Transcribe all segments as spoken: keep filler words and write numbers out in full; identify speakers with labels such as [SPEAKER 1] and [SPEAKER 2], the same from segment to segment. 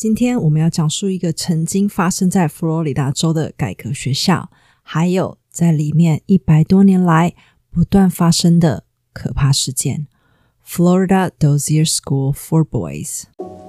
[SPEAKER 1] 今天我们要讲述一个曾经发生在佛罗里达州的改革学校，还有在里面一百多年来不断发生的可怕事件 Florida Dozier School for Boys。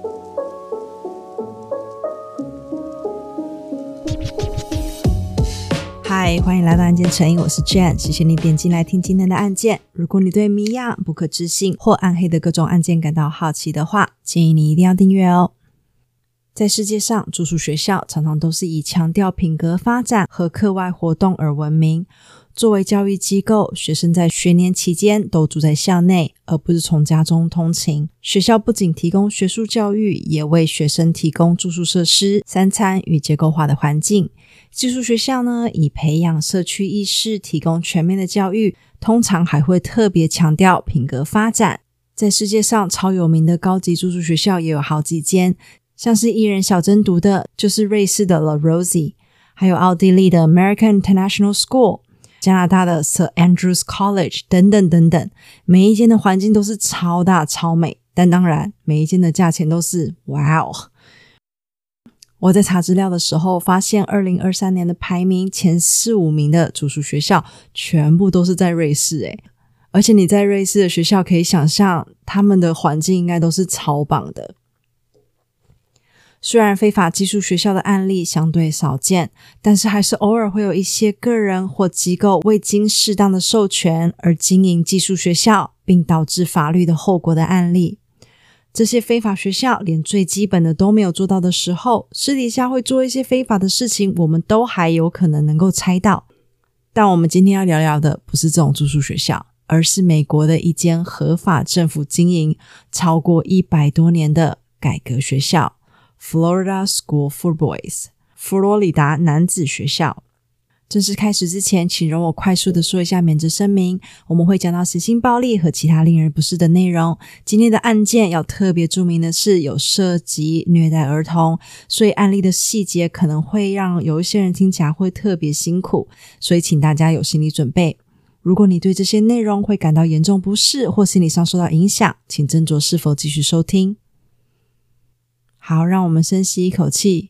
[SPEAKER 1] 嗨，欢迎来到案件成瘾，我是 Jen， 谢谢你点进来听今天的案件。如果你对谜样、不可置信或暗黑的各种案件感到好奇的话，建议你一定要订阅哦。在世界上，住宿学校常常都是以强调品格发展和课外活动而闻名。作为教育机构，学生在学年期间都住在校内，而不是从家中通勤。学校不仅提供学术教育，也为学生提供住宿设施、三餐与结构化的环境。寄宿学校呢，以培养社区意识，提供全面的教育，通常还会特别强调品格发展。在世界上超有名的高级住宿学校也有好几间，像是艺人小珍读的就是瑞士的 La Rosey， 还有奥地利的 American International School， 加拿大的 Saint Andrews College 等等等等。每一间的环境都是超大超美，但当然每一间的价钱都是哇哦。我在查资料的时候发现二零二三年的排名前四五名的住宿学校全部都是在瑞士耶，而且你在瑞士的学校可以想象他们的环境应该都是超棒的。虽然非法寄宿学校的案例相对少见，但是还是偶尔会有一些个人或机构未经适当的授权而经营寄宿学校，并导致法律的后果的案例。这些非法学校连最基本的都没有做到的时候，私底下会做一些非法的事情，我们都还有可能能够猜到。但我们今天要聊聊的不是这种住宿学校，而是美国的一间合法政府经营超过一百多年的改革学校 Florida School for Boys， 佛罗里达男子学校。正式开始之前，请容我快速的说一下免责声明，我们会讲到血腥暴力和其他令人不适的内容。今天的案件要特别注明的是有涉及虐待儿童，所以案例的细节可能会让有一些人听起来会特别辛苦，所以请大家有心理准备。如果你对这些内容会感到严重不适或心理上受到影响，请斟酌是否继续收听。好，让我们深吸一口气。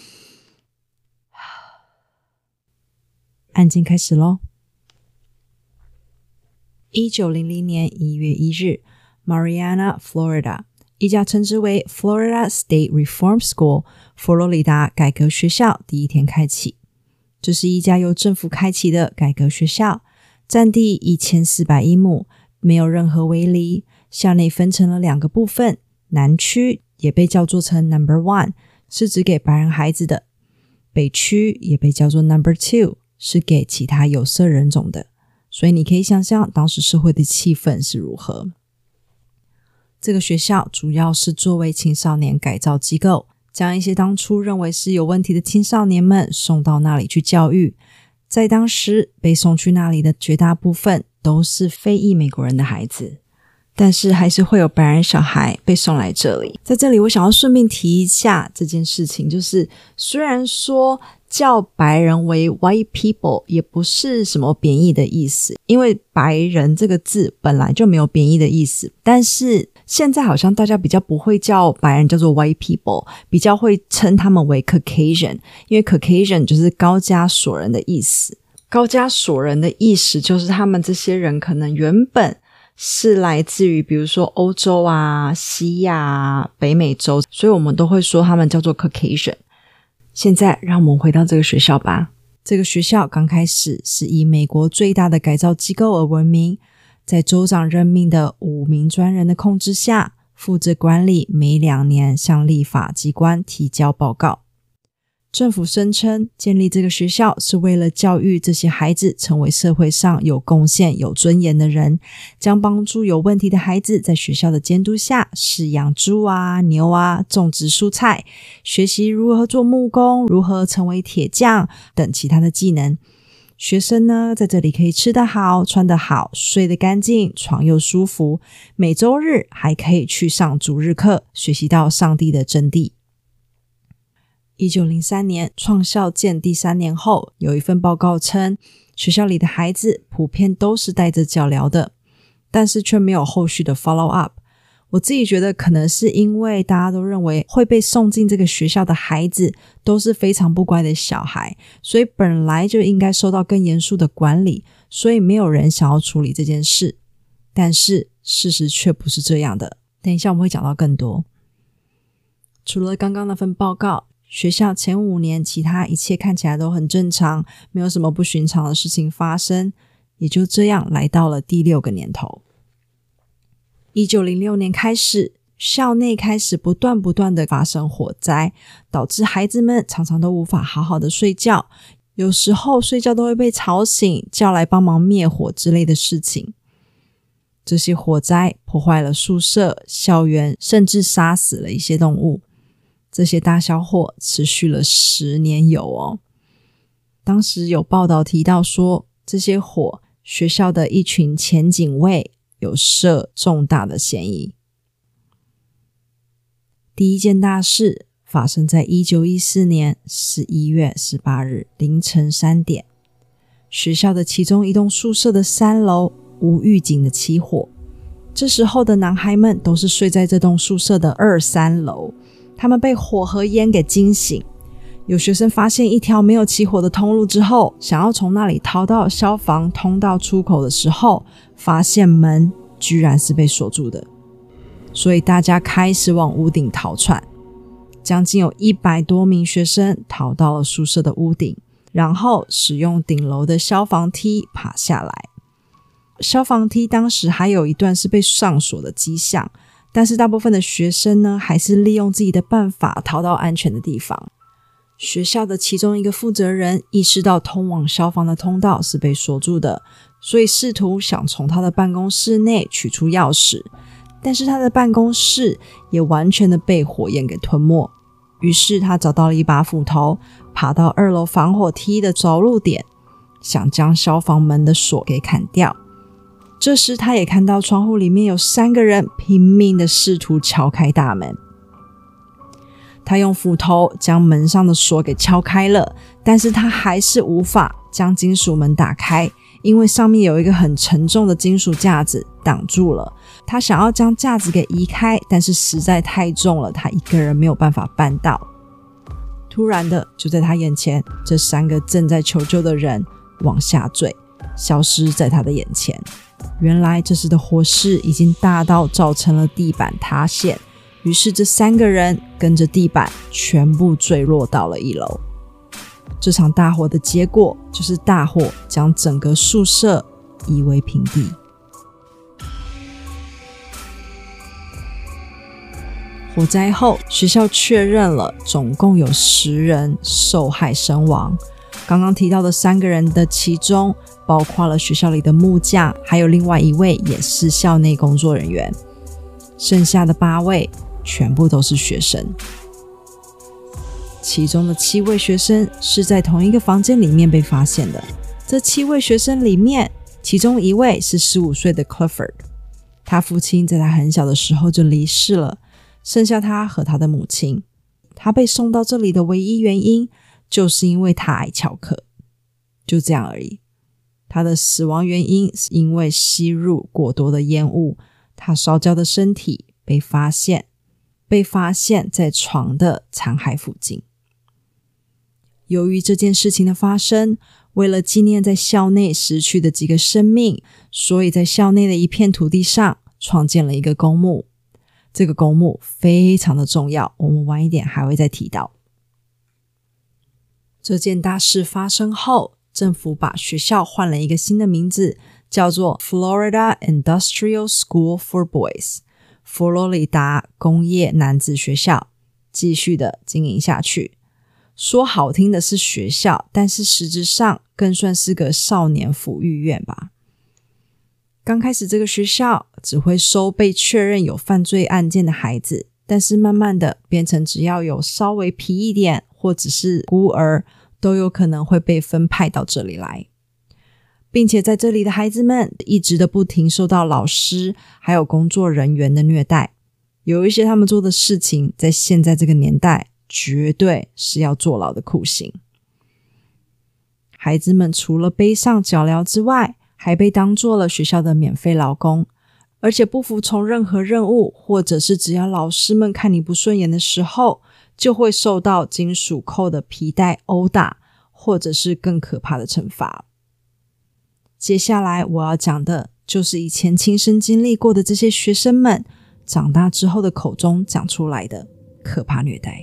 [SPEAKER 1] 案件开始咯。一九零零年一月一日 Marianna, Florida， 一家称之为 Florida State Reform School 佛罗里达改革学校第一天开启。这是一家由政府开启的改革学校，占地一千四百英亩，没有任何围篱。校内分成了两个部分，南区也被叫做成 Number One， 是指给白人孩子的，北区也被叫做 Number Two，是给其他有色人种的，所以你可以想象当时社会的气氛是如何。这个学校主要是作为青少年改造机构，将一些当初认为是有问题的青少年们送到那里去教育。在当时被送去那里的绝大部分都是非裔美国人的孩子，但是还是会有白人小孩被送来这里。在这里我想要顺便提一下这件事情，就是虽然说叫白人为 white people 也不是什么贬义的意思，因为白人这个字本来就没有贬义的意思，但是现在好像大家比较不会叫白人叫做 white people， 比较会称他们为 Caucasian， 因为 Caucasian 就是高加索人的意思。高加索人的意思就是他们这些人可能原本是来自于比如说欧洲啊、西亚啊、北美洲，所以我们都会说他们叫做 Caucasian。现在让我们回到这个学校吧。这个学校刚开始是以美国最大的改造机构而闻名，在州长任命的五名专人的控制下，负责管理每两年向立法机关提交报告。政府声称建立这个学校是为了教育这些孩子成为社会上有贡献有尊严的人，将帮助有问题的孩子在学校的监督下饲养猪啊、牛啊，种植蔬菜，学习如何做木工，如何成为铁匠等其他的技能。学生呢，在这里可以吃得好、穿得好、睡得干净、床又舒服，每周日还可以去上主日课，学习到上帝的真谛。一九零三年创校建第三年后，有一份报告称学校里的孩子普遍都是带着脚镣的，但是却没有后续的 follow up。 我自己觉得可能是因为大家都认为会被送进这个学校的孩子都是非常不乖的小孩，所以本来就应该受到更严肃的管理，所以没有人想要处理这件事。但是事实却不是这样的，等一下我们会讲到更多。除了刚刚那份报告，学校前五年其他一切看起来都很正常，没有什么不寻常的事情发生，也就这样来到了第六个年头。一九零六年开始，校内开始不断不断的发生火灾，导致孩子们常常都无法好好的睡觉，有时候睡觉都会被吵醒，叫来帮忙灭火之类的事情。这些火灾破坏了宿舍、校园，甚至杀死了一些动物。这些大小火持续了十年有哦。当时有报道提到说，这些火，学校的一群前警卫有涉重大的嫌疑。第一件大事发生在一九一四年十一月十八日凌晨三点，学校的其中一栋宿舍的三楼无预警的起火。这时候的男孩们都是睡在这栋宿舍的二三楼，他们被火和烟给惊醒。有学生发现一条没有起火的通路之后，想要从那里逃到消防通道出口的时候，发现门居然是被锁住的，所以大家开始往屋顶逃窜。将近有一百多名学生逃到了宿舍的屋顶，然后使用顶楼的消防梯爬下来。消防梯当时还有一段是被上锁的迹象，但是大部分的学生呢，还是利用自己的办法逃到安全的地方。学校的其中一个负责人意识到通往消防的通道是被锁住的，所以试图想从他的办公室内取出钥匙，但是他的办公室也完全的被火焰给吞没。于是他找到了一把斧头，爬到二楼防火梯的着陆点，想将消防门的锁给砍掉。这时他也看到窗户里面有三个人拼命的试图敲开大门。他用斧头将门上的锁给敲开了，但是他还是无法将金属门打开，因为上面有一个很沉重的金属架子挡住了。他想要将架子给移开，但是实在太重了，他一个人没有办法办到。突然的，就在他眼前，这三个正在求救的人往下坠，消失在他的眼前。原来这时的火势已经大到造成了地板塌陷，于是这三个人跟着地板全部坠落到了一楼。这场大火的结果就是大火将整个宿舍夷为平地。火灾后，学校确认了总共有十人受害身亡。刚刚提到的三个人的其中，包括了学校里的木匠，还有另外一位也是校内工作人员。剩下的八位全部都是学生。其中的七位学生是在同一个房间里面被发现的。这七位学生里面，其中一位是十五岁的 Clifford， 他父亲在他很小的时候就离世了，剩下他和他的母亲。他被送到这里的唯一原因就是因为他爱翘课，就这样而已。他的死亡原因是因为吸入过多的烟雾，他烧焦的身体被发现被发现在床的残骸附近。由于这件事情的发生，为了纪念在校内失去的几个生命，所以在校内的一片土地上创建了一个公墓。这个公墓非常的重要，我们晚一点还会再提到。这件大事发生后，政府把学校换了一个新的名字，叫做 Florida Industrial School for Boys， 佛罗里达工业男子学校，继续的经营下去。说好听的是学校，但是实质上更算是个少年抚育院吧。刚开始这个学校只会收被确认有犯罪案件的孩子，但是慢慢的变成只要有稍微皮一点或者是孤儿都有可能会被分派到这里来，并且在这里的孩子们一直的不停受到老师还有工作人员的虐待。有一些他们做的事情在现在这个年代绝对是要坐牢的酷刑。孩子们除了背上脚镣之外，还被当做了学校的免费劳工， 而且不服从任何任务，或者是只要老师们看你不顺眼的时候，就会受到金属扣的皮带殴打，或者是更可怕的惩罚。接下来我要讲的就是以前亲身经历过的这些学生们长大之后的口中讲出来的可怕虐待。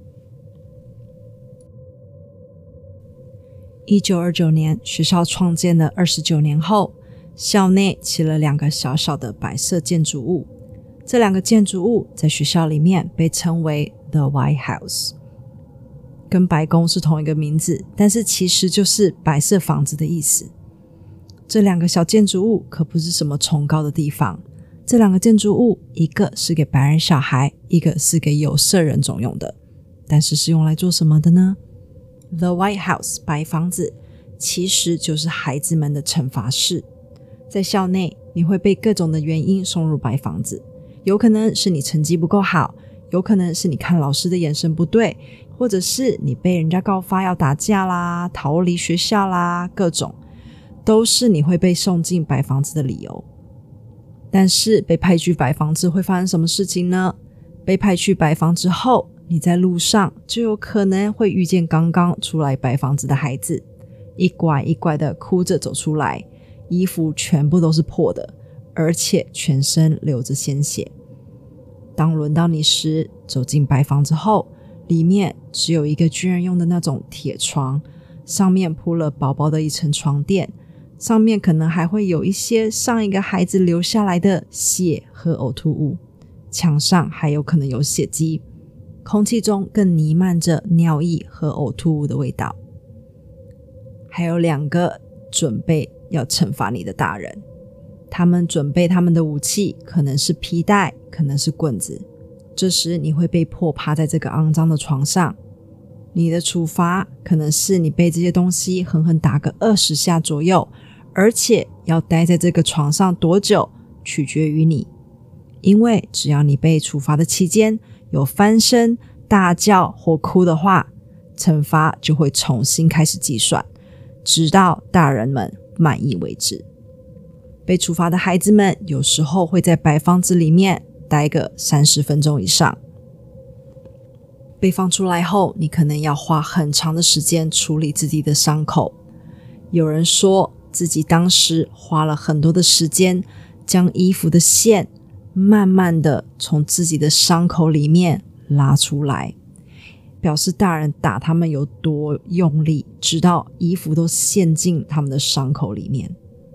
[SPEAKER 1] 一九二九年，学校创建的二十九年后，校内起了两个小小的白色建筑物，这两个建筑物在学校里面被称为 The White House， 跟白宫是同一个名字，但是其实就是白色房子的意思。这两个小建筑物可不是什么崇高的地方，这两个建筑物一个是给白人小孩，一个是给有色人种用的，但是是用来做什么的呢？ The White House 白房子其实就是孩子们的惩罚室。在校内你会被各种的原因送入白房子，有可能是你成绩不够好，有可能是你看老师的眼神不对，或者是你被人家告发要打架啦，逃离学校啦，各种都是你会被送进白房子的理由。但是被派去白房子会发生什么事情呢？被派去白房之后，你在路上就有可能会遇见刚刚出来白房子的孩子，一拐一拐的哭着走出来，衣服全部都是破的，而且全身流着鲜血。当轮到你时，走进白房子后，里面只有一个军人用的那种铁床，上面铺了薄薄的一层床垫，上面可能还会有一些上一个孩子留下来的血和呕吐物，墙上还有可能有血迹，空气中更弥漫着尿液和呕吐物的味道。还有两个准备要惩罚你的大人，他们准备他们的武器，可能是皮带，可能是棍子。这时你会被迫趴在这个肮脏的床上，你的处罚可能是你被这些东西狠狠打个二十下左右，而且要待在这个床上多久取决于你，因为只要你被处罚的期间有翻身、大叫或哭的话，惩罚就会重新开始计算，直到大人们满意为止。被处罚的孩子们有时候会在白房子里面待个三十分钟以上。被放出来后，你可能要花很长的时间处理自己的伤口。有人说自己当时花了很多的时间，将衣服的线慢慢的从自己的伤口里面拉出来，表示大人打他们有多用力，直到衣服都陷进他们的伤口里面。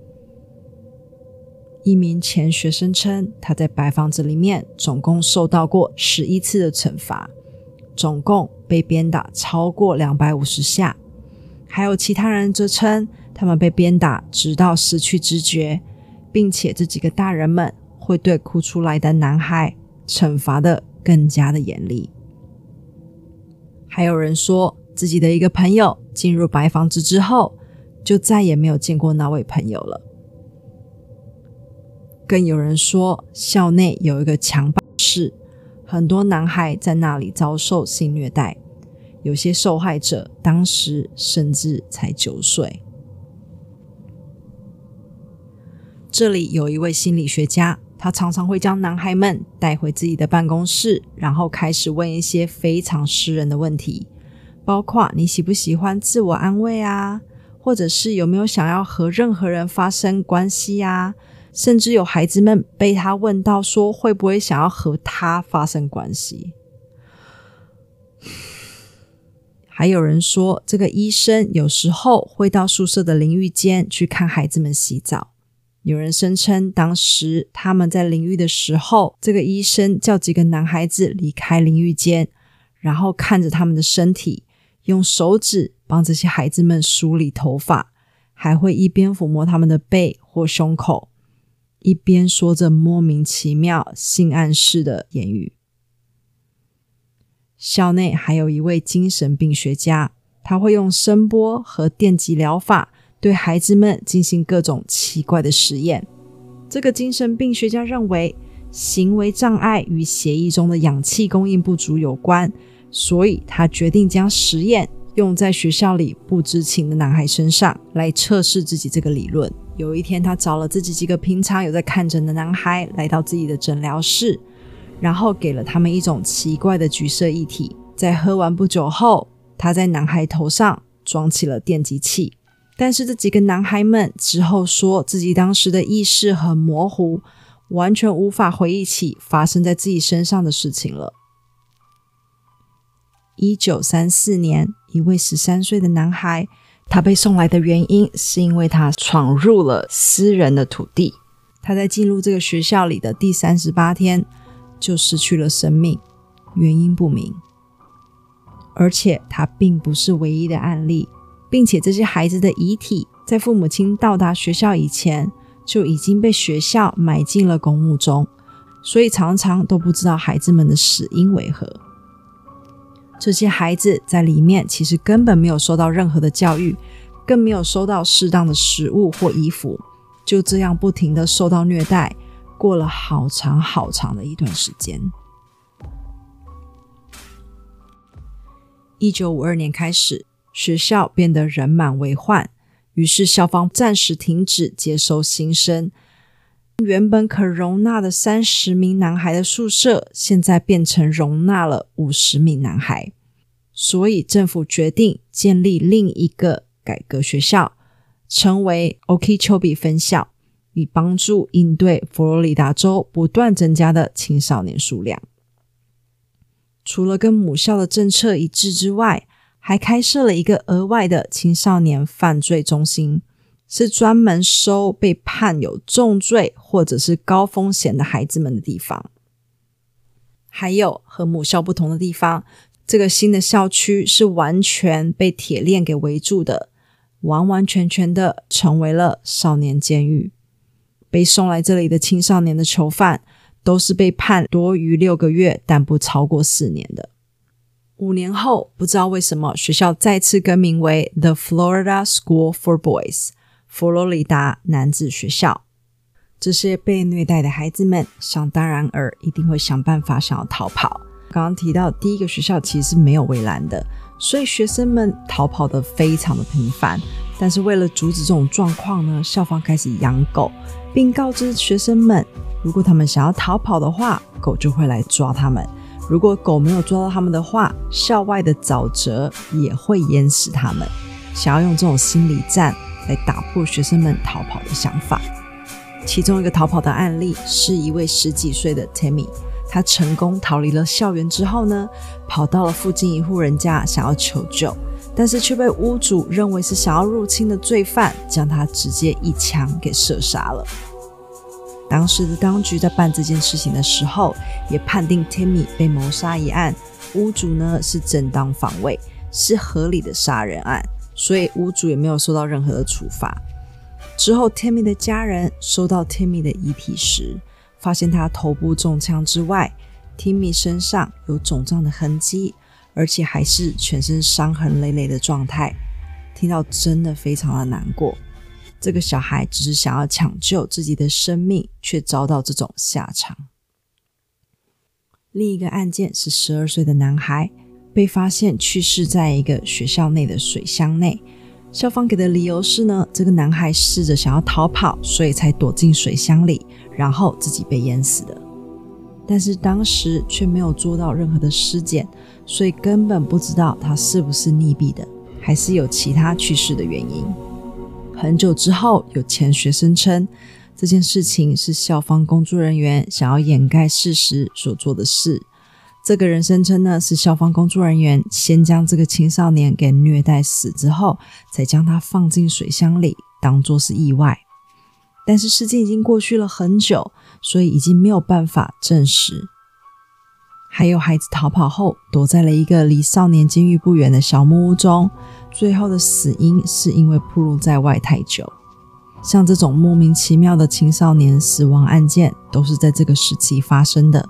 [SPEAKER 1] 一名前学生称，他在白房子里面总共受到过十一次的惩罚，总共被鞭打超过两百五十下。还有其他人则称，他们被鞭打直到失去知觉，并且这几个大人们会对哭出来的男孩惩罚得更加的严厉。还有人说，自己的一个朋友进入白房子之后，就再也没有见过那位朋友了。更有人说，校内有一个强暴室，很多男孩在那里遭受性虐待，有些受害者当时甚至才九岁。这里有一位心理学家，他常常会将男孩们带回自己的办公室，然后开始问一些非常私人的问题，包括你喜不喜欢自我安慰啊，或者是有没有想要和任何人发生关系啊，甚至有孩子们被他问到说会不会想要和他发生关系。还有人说，这个医生有时候会到宿舍的淋浴间去看孩子们洗澡。有人声称，当时他们在淋浴的时候，这个医生叫几个男孩子离开淋浴间，然后看着他们的身体，用手指帮这些孩子们梳理头发，还会一边抚摸他们的背或胸口，一边说着莫名其妙性暗示的言语。校内还有一位精神病学家，他会用声波和电击疗法对孩子们进行各种奇怪的实验。这个精神病学家认为，行为障碍与血液中的氧气供应不足有关，所以他决定将实验用在学校里不知情的男孩身上来测试自己这个理论。有一天他找了自己几个平常有在看诊的男孩来到自己的诊疗室，然后给了他们一种奇怪的橘色液体。在喝完不久后，他在男孩头上装起了电击器，但是这几个男孩们之后说自己当时的意识很模糊，完全无法回忆起发生在自己身上的事情了。一九三四年，一位十三岁的男孩，他被送来的原因是因为他闯入了私人的土地。他在进入这个学校里的第三十八天就失去了生命，原因不明。而且他并不是唯一的案例，并且这些孩子的遗体在父母亲到达学校以前就已经被学校埋进了公墓中，所以常常都不知道孩子们的死因为何。这些孩子在里面其实根本没有受到任何的教育，更没有收到适当的食物或衣服，就这样不停地受到虐待，过了好长好长的一段时间。一九五二年开始，学校变得人满为患，于是校方暂时停止接收新生。原本可容纳的三十名男孩的宿舍，现在变成容纳了五十名男孩。所以政府决定建立另一个改革学校，称为 Okeechobee 分校，以帮助应对佛罗里达州不断增加的青少年数量。除了跟母校的政策一致之外，还开设了一个额外的青少年犯罪中心，是专门收被判有重罪或者是高风险的孩子们的地方。还有和母校不同的地方，这个新的校区是完全被铁链给围住的，完完全全的成为了少年监狱。被送来这里的青少年的囚犯都是被判多于六个月但不超过四年的。五年后，不知道为什么学校再次更名为 The Florida School for Boys， 佛罗里达男子学校。这些被虐待的孩子们想当然尔一定会想办法想要逃跑。刚刚提到第一个学校其实是没有围栏的，所以学生们逃跑得非常的频繁。但是为了阻止这种状况呢，校方开始养狗，并告知学生们，如果他们想要逃跑的话，狗就会来抓他们。如果狗没有抓到他们的话，校外的沼泽也会淹死他们。想要用这种心理战来打破学生们逃跑的想法。其中一个逃跑的案例是一位十几岁的 Timmy， 他成功逃离了校园之后呢，跑到了附近一户人家想要求救，但是却被屋主认为是想要入侵的罪犯，将他直接一枪给射杀了。当时的当局在办这件事情的时候，也判定 Timmy 被谋杀一案，屋主呢是正当防卫，是合理的杀人案，所以屋主也没有受到任何的处罚。之后 Timmy 的家人收到 Timmy 的遗体时，发现他头部中枪之外， Timmy 身上有肿胀的痕迹，而且还是全身伤痕累累的状态。听到真的非常的难过，这个小孩只是想要抢救自己的生命，却遭到这种下场。另一个案件是十二岁的男孩被发现去世在一个学校内的水箱内，校方给的理由是呢，这个男孩试着想要逃跑，所以才躲进水箱里，然后自己被淹死的。但是当时却没有做到任何的尸检，所以根本不知道他是不是溺毙的，还是有其他去世的原因。很久之后，有前学生称这件事情是校方工作人员想要掩盖事实所做的事。这个人声称呢，是校方工作人员先将这个青少年给虐待死之后，才将他放进水箱里，当作是意外。但是事件已经过去了很久，所以已经没有办法证实。还有孩子逃跑后躲在了一个离少年监狱不远的小木屋中，最后的死因是因为暴露在外太久。像这种莫名其妙的青少年死亡案件都是在这个时期发生的。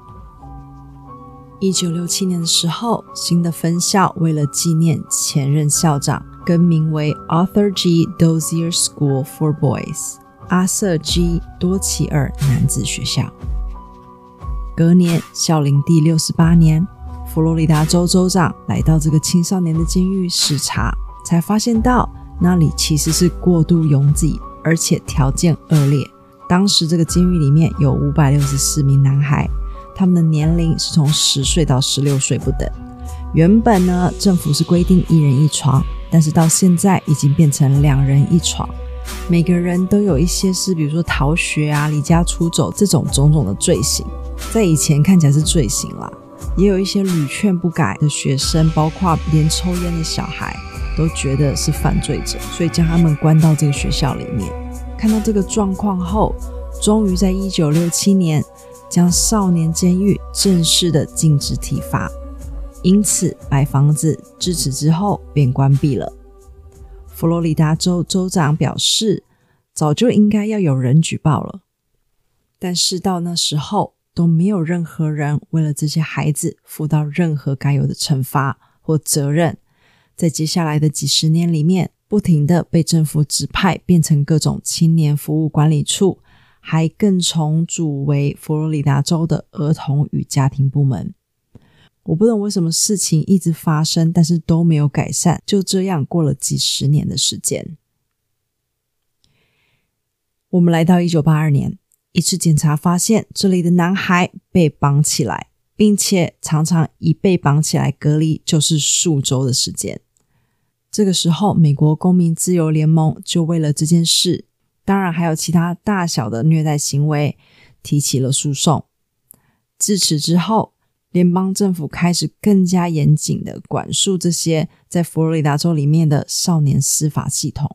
[SPEAKER 1] 一九六七年的时候，新的分校为了纪念前任校长，更名为 Arthur G. Dozier School for Boys， 阿瑟 G. 多奇尔男子学校。隔年，校龄第六十八年， 佛罗里达州州长来到这个青少年的监狱视察，才发现到那里其实是过度拥挤，而且条件恶劣。当时这个监狱里面有五百六十四名男孩，他们的年龄是从十岁到十六岁不等。原本呢，政府是规定一人一床，但是到现在已经变成两人一床。每个人都有一些是比如说逃学啊、离家出走这种种种的罪行，在以前看起来是罪行啦，也有一些屡劝不改的学生，包括连抽烟的小孩都觉得是犯罪者，所以将他们关到这个学校里面。看到这个状况后，终于在一九六七年将少年监狱正式的禁止体罚，因此白房子自此之后便关闭了。佛罗里达州州长表示，早就应该要有人举报了，但是到那时候都没有任何人为了这些孩子负到任何该有的惩罚或责任。在接下来的几十年里面，不停的被政府指派变成各种青年服务管理处，还更重组为佛罗里达州的儿童与家庭部门。我不懂为什么事情一直发生，但是都没有改善，就这样过了几十年的时间。我们来到一九八二年，一次检查发现这里的男孩被绑起来，并且常常一被绑起来隔离就是数周的时间。这个时候，美国公民自由联盟就为了这件事，当然还有其他大小的虐待行为，提起了诉讼。自此之后，联邦政府开始更加严谨的管束这些在佛罗里达州里面的少年司法系统。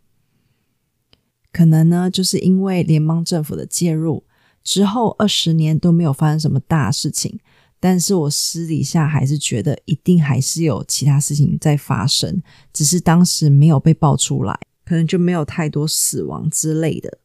[SPEAKER 1] 可能呢，就是因为联邦政府的介入之后二十年都没有发生什么大事情，但是我私底下还是觉得一定还是有其他事情在发生，只是当时没有被爆出来，可能就没有太多死亡之类的。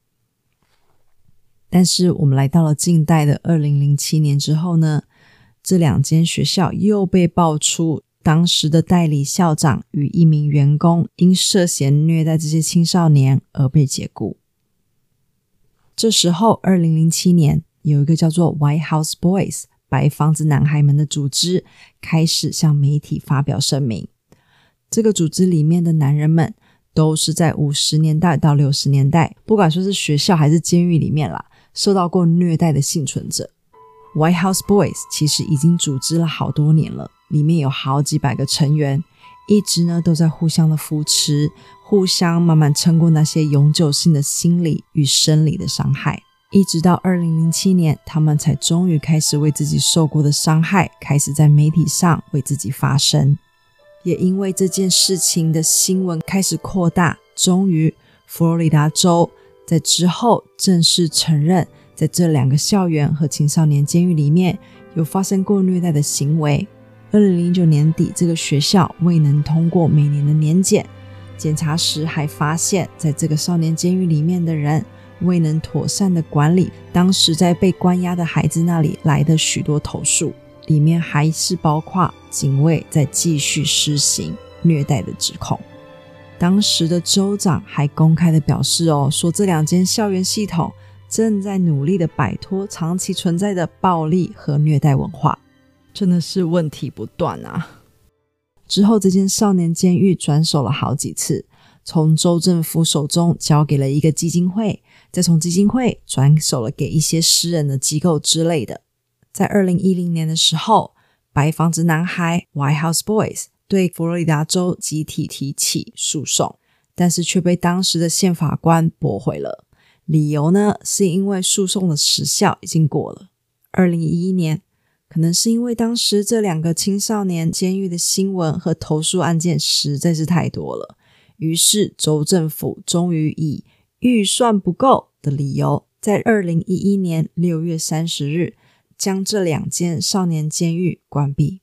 [SPEAKER 1] 但是我们来到了近代的二零零七年之后呢，这两间学校又被爆出当时的代理校长与一名员工因涉嫌虐待这些青少年而被解雇。这时候二零零七年有一个叫做 White House Boys 白房子男孩们的组织开始向媒体发表声明。这个组织里面的男人们都是在五十年代到六十年代，不管说是学校还是监狱里面啦，受到过虐待的幸存者。White House Boys 其实已经组织了好多年了，里面有好几百个成员，一直呢都在互相的扶持，互相慢慢撑过那些永久性的心理与生理的伤害。一直到二零零七年，他们才终于开始为自己受过的伤害开始在媒体上为自己发声。也因为这件事情的新闻开始扩大，终于佛罗里达州在之后正式承认在这两个校园和青少年监狱里面有发生过虐待的行为。二零零九年底，这个学校未能通过每年的年检，检查时还发现在这个少年监狱里面的人未能妥善的管理当时在被关押的孩子那里来的许多投诉，里面还是包括警卫在继续施行虐待的指控。当时的州长还公开的表示哦，说这两间校园系统正在努力的摆脱长期存在的暴力和虐待文化。真的是问题不断啊。之后这间少年监狱转手了好几次，从州政府手中交给了一个基金会，再从基金会转手了给一些私人的机构之类的。在二零一零年的时候，白房子男孩 White House Boys 对佛罗里达州集体提起诉讼，但是却被当时的宪法官驳回了。理由呢，是因为诉讼的时效已经过了。二零一一年，可能是因为当时这两个青少年监狱的新闻和投诉案件实在是太多了，于是州政府终于以预算不够的理由，在二零一一年六月三十日将这两间少年监狱关闭。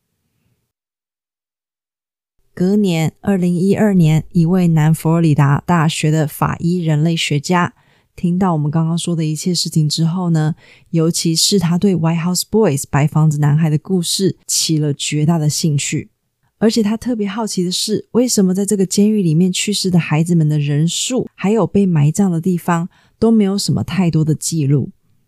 [SPEAKER 1] 隔年二零一二年，一位南佛罗里达大学的法医人类学家听到我们刚刚说的一切事情之后呢，尤其是他对 White House Boys 白房子男孩的故事起了绝大的兴趣。而且他特别好奇的是，为什么在这个监狱里面去世的孩子们的人数还有被埋葬的地方都没有什么太多的记录。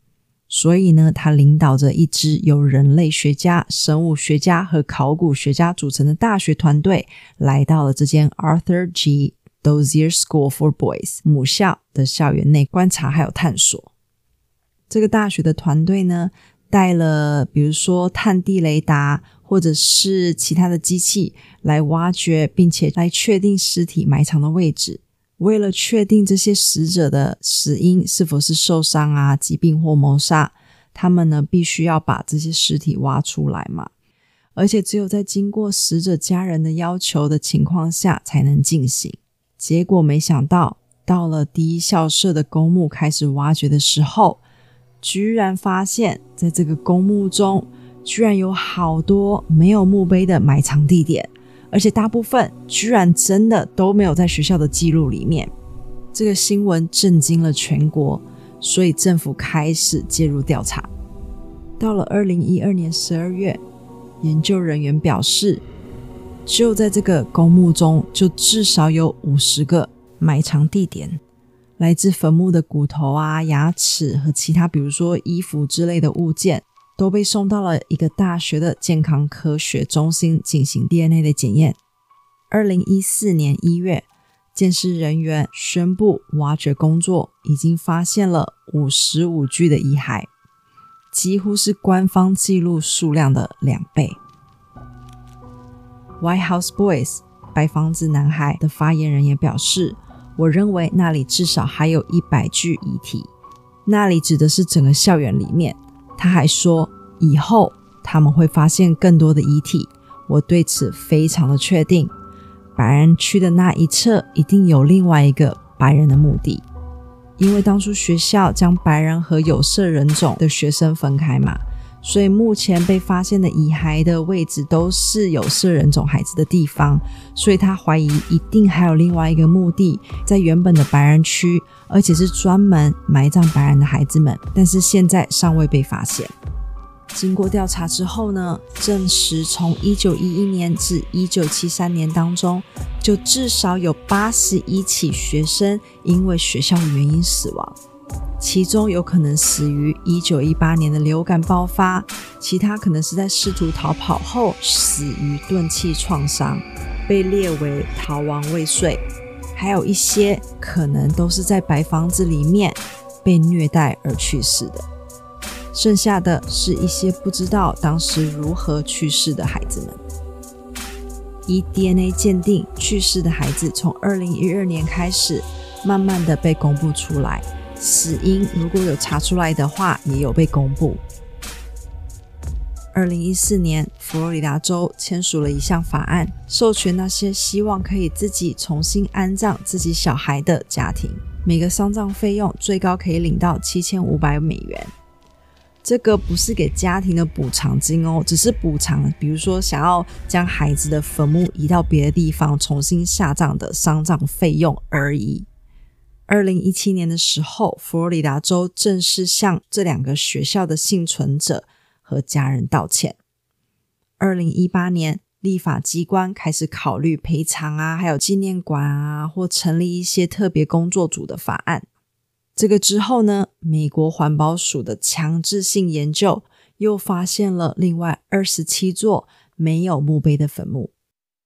[SPEAKER 1] 所以呢，他领导着一支由人类学家、生物学家和考古学家组成的大学团队，来到了这间 Arthur G. Dozier School for Boys 母校的校园内观察还有探索。这个大学的团队呢，带了比如说探地雷达或者是其他的机器来挖掘，并且来确定尸体埋藏的位置。为了确定这些死者的死因是否是受伤啊、疾病或谋杀，他们呢必须要把这些尸体挖出来嘛，而且只有在经过死者家人的要求的情况下才能进行。结果没想到，到了第一校舍的公墓开始挖掘的时候，居然发现在这个公墓中居然有好多没有墓碑的埋藏地点，而且大部分居然真的都没有在学校的记录里面。这个新闻震惊了全国，所以政府开始介入调查。到了二零一二年十二月，研究人员表示，就在这个公墓中就至少有五十个埋藏地点，来自坟墓的骨头啊、牙齿和其他比如说衣服之类的物件都被送到了一个大学的健康科学中心进行 D N A 的检验。二零一四年一月，鉴识人员宣布挖掘工作已经发现了五十五具的遗骸，几乎是官方记录数量的两倍。White House Boys 白房子男孩的发言人也表示，我认为那里至少还有一百具遗体，那里指的是整个校园里面。他还说，以后他们会发现更多的遗体，我对此非常的确定。白人区的那一侧一定有另外一个白人的墓地，因为当初学校将白人和有色人种的学生分开嘛，所以目前被发现的遗骸的位置都是有色人种孩子的地方，所以他怀疑一定还有另外一个墓地在原本的白人区，而且是专门埋葬白人的孩子们，但是现在尚未被发现。经过调查之后呢，证实从一九一一年至一九七三年当中，就至少有八十一起学生因为学校的原因死亡，其中有可能死于一九一八年的流感爆发，其他可能是在试图逃跑后死于钝器创伤，被列为逃亡未遂，还有一些可能都是在白房子里面被虐待而去世的，剩下的是一些不知道当时如何去世的孩子们。以 D N A 鉴定去世的孩子从二零一二年开始慢慢的被公布出来，死因如果有查出来的话也有被公布。二零一四年，佛罗里达州签署了一项法案，授权那些希望可以自己重新安葬自己小孩的家庭，每个丧葬费用最高可以领到七千五百美元。这个不是给家庭的补偿金哦，只是补偿比如说想要将孩子的坟墓移到别的地方重新下葬的丧葬费用而已。二零一七年的时候，佛罗里达州正式向这两个学校的幸存者和家人道歉。二零一八年，立法机关开始考虑赔偿啊，还有纪念馆啊，或成立一些特别工作组的法案。这个之后呢，美国环保署的强制性研究又发现了另外二十七座没有墓碑的坟墓。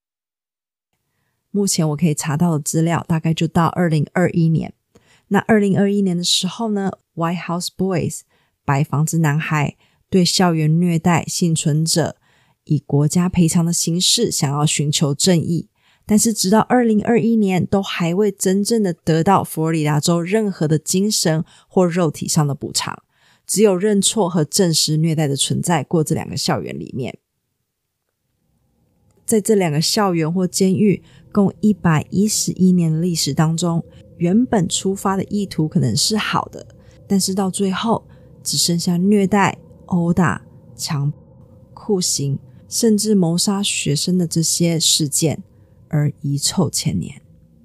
[SPEAKER 1] 目前我可以查到的资料大概就到二零二一年。那二零二一年的时候呢， White House Boys 白房子男孩对校园虐待幸存者以国家赔偿的形式想要寻求正义，但是直到二零二一年都还未真正的得到佛罗里达州任何的精神或肉体上的补偿，只有认错和证实虐待的存在过这两个校园里面。在这两个校园或监狱共一百一十一年的历史当中，原本出发的意图可能是好的，但是到最后只剩下虐待、殴打、强暴、酷刑甚至谋杀学生的这些事件而遗臭千年。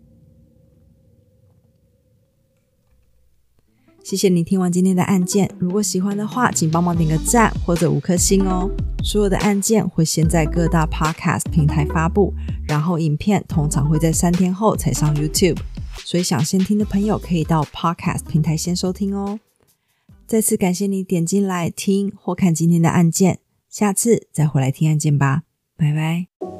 [SPEAKER 1] 谢谢你听完今天的案件，如果喜欢的话请帮忙点个赞或者五颗星哦。所有的案件会先在各大 podcast 平台发布，然后影片通常会在三天后才上 YouTube， 所以想先听的朋友可以到 podcast 平台先收听哦。 再次感谢你点进来听或看今天的案件，下次再回来听案件吧，拜拜。